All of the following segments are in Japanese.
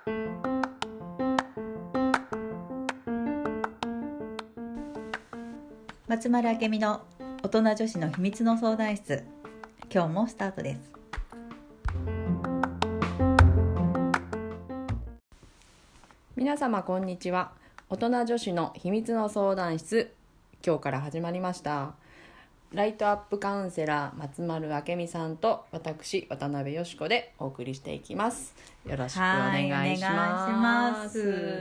松丸明美の大人女子の秘密の相談室、今日もスタートです。 皆様こんにちは。大人女子の秘密の相談室、今日から始まりました。ライトアップカウンセラー松丸明美さんと私渡辺よし子でお送りしていきます。よろしくお願いします。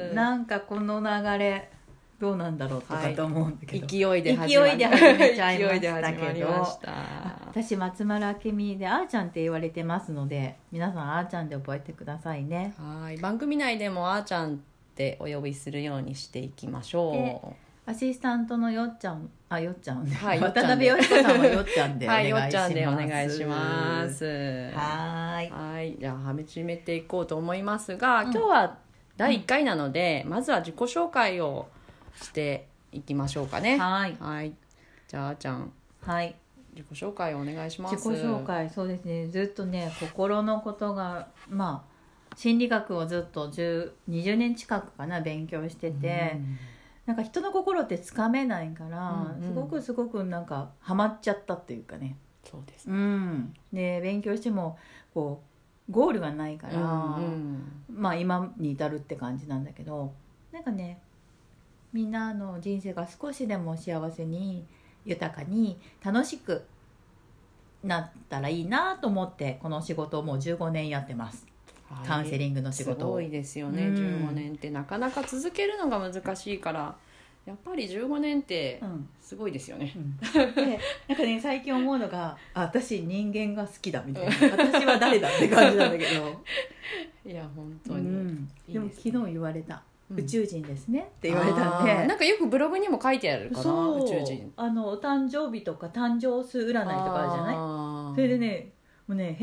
なんかこの流れどうなんだろうとかと思うんだけど、 勢いで始めちゃいましたけど私松丸明美であーちゃんって言われてますので、皆さんあーちゃんで覚えてくださいね。 はい、番組内でもあーちゃんってお呼びするようにしていきましょう。 アシスタントのよっちゃん、よっちゃん、 はい、 渡辺よしこさんはよっちゃんでお願いします。はい、 よっちゃんでお願いします。 はい、 じゃあ始めていこうと思いますが、今日は第1回なので、まずは自己紹介をしていきましょうかね。 はい、 じゃああーちゃん、 はい自己紹介をお願いします。 自己紹介、そうですね、ずっとね心のことが心理学をずっと20年近くかな勉強してて、なんか人の心ってつかめないから、すごくなんかハマっちゃったっていうかね。 そうですね、 で勉強してもこうゴールがないから、今に至るって感じなんだけど、なんかねみんなの人生が少しでも幸せに豊かに楽しくなったらいいなと思ってこの仕事をもう15年やってます。カウンセリングの仕事を。 すごいですよね、15年ってなかなか続けるのが難しいから、やっぱり15年ってすごいですよね。 でなんかね最近思うのが、私人間が好きだみたいな、私は誰だって感じなんだけどいや本当に、 でも昨日言われた、宇宙人ですねって言われたんで、 なんかよくブログにも書いてあるかな。 そう、 宇宙人、 お誕生日とか誕生数占いとかあるじゃない。それでねもうね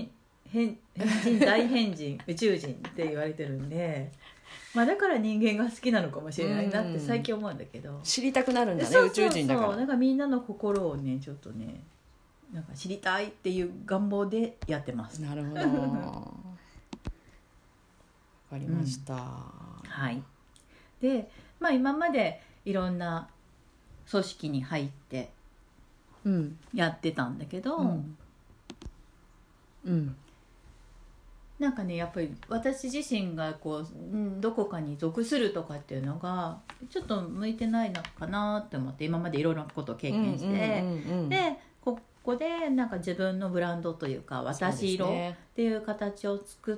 大変人宇宙人って言われてるんで、だから人間が好きなのかもしれないなって最近思うんだけど、 知りたくなるんだね。宇宙人だから。 なんかみんなの心をねちょっとねなんか知りたいっていう願望でやってます。 なるほどわかりました、 はい。で今までいろんな組織に入ってやってたんだけど、なんかねやっぱり私自身がこうどこかに属するとかっていうのがちょっと向いてないのかなって思って、今までいろいろなことを経験して、でここでなんか自分のブランドというか私色っていう形を作って、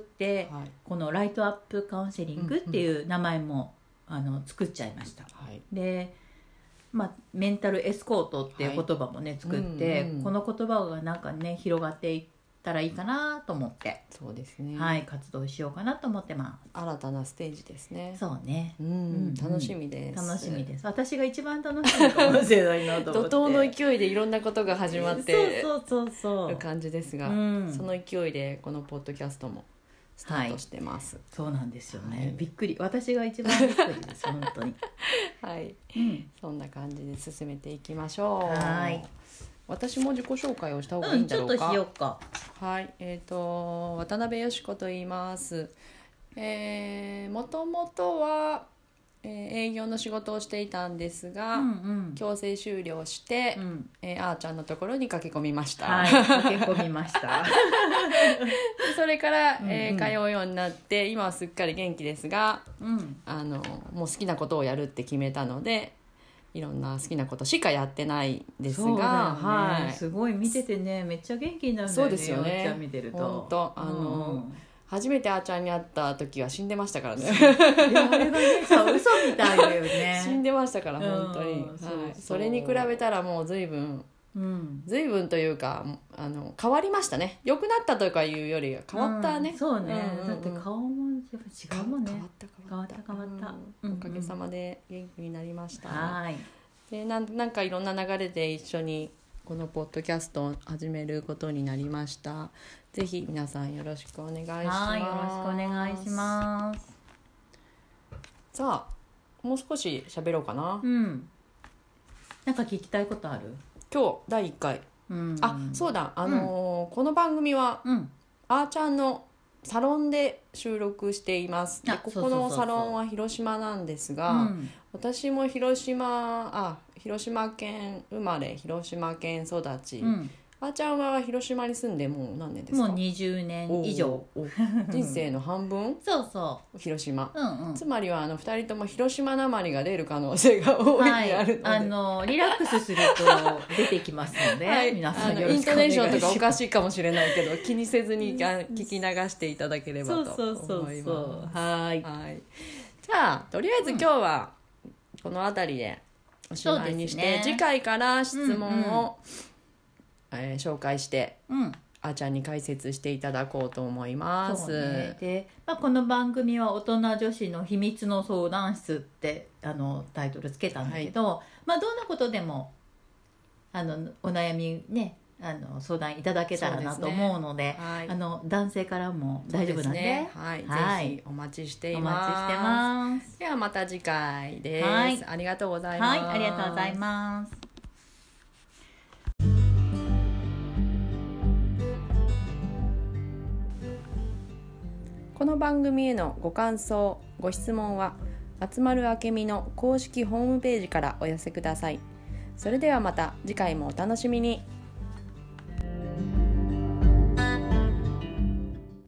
このライトアップカウンセリングっていう名前も作っちゃいました。でメンタルエスコートっていう言葉もね作って、この言葉がなんかね広がっていったらいいかなと思って、 そうですね、 活動しようかなと思ってます。 新たなステージですね。 そうね、 楽しみです。 楽しみです。私が一番楽しみかもしれないなと思って怒涛の勢いでいろんなことが始まってる感じですが、その勢いでこのポッドキャストもスタートしてます。 そうなんですよね、びっくり、私が一番びっくりです本当にそんな感じで進めていきましょう。私も自己紹介をした方がいいんだろうか。 ちょっとしようか。 渡辺よし子と言います。もともとは、営業の仕事をしていたんですが、強制終了して、あーちゃんのところに駆け込みました。 駆け込みましたそれから、通うようになって、今はすっかり元気ですが、もう好きなことをやるって決めたので、いろんな好きなことしかやってないですが、 すごい見ててねめっちゃ元気になるんだよね。そうですよね、見てると本当初めてあーちゃんに会った時は死んでましたからね。 あれがね嘘みたいだよね。 死んでましたから本当に、それに比べたらもう随分というか変わりましたね。良くなったとかいうより変わったね。 そうね、だって顔もやっぱ違うもんね。変わったおかげさまで元気になりました。でなんかいろんな流れで一緒にこのポッドキャストを始めることになりました。ぜひ皆さんよろしくお願いします。 よろしくお願いします。 さあもう少し喋ろうかな。 なんか聞きたいことある？ 今日第1回、そうだこの番組は、あーちゃんのサロンで収録しています。でここのサロンは広島なんですが、私も広島県生まれ広島県育ち、あーちゃんは広島に住んでもう何年ですか？ もう20年以上。 人生の半分そうそ広島、 う、 つまりは2人とも広島なまりが出る可能性が大いにあるので、 リラックスすると出てきますので、皆さんよろイントしくお願いします。 ネーションとかおかしいかもしれないけど気にせずに聞き流していただければと思います。 はい。 じゃあとりあえず今日はこの辺りでおしまいにして、次回から質問を、紹介して、あーちゃんに解説していただこうと思います。 で、この番組は大人女子の秘密の相談室ってタイトルつけたんだけど、どんなことでもお悩みね相談いただけたらなと思うので、男性からも大丈夫なんで、 ぜひお待ちしています。ではまた次回です。ありがとうございます。 ありがとうございます。 この番組へのご感想ご質問は松丸明美の公式ホームページからお寄せください。それではまた次回もお楽しみに。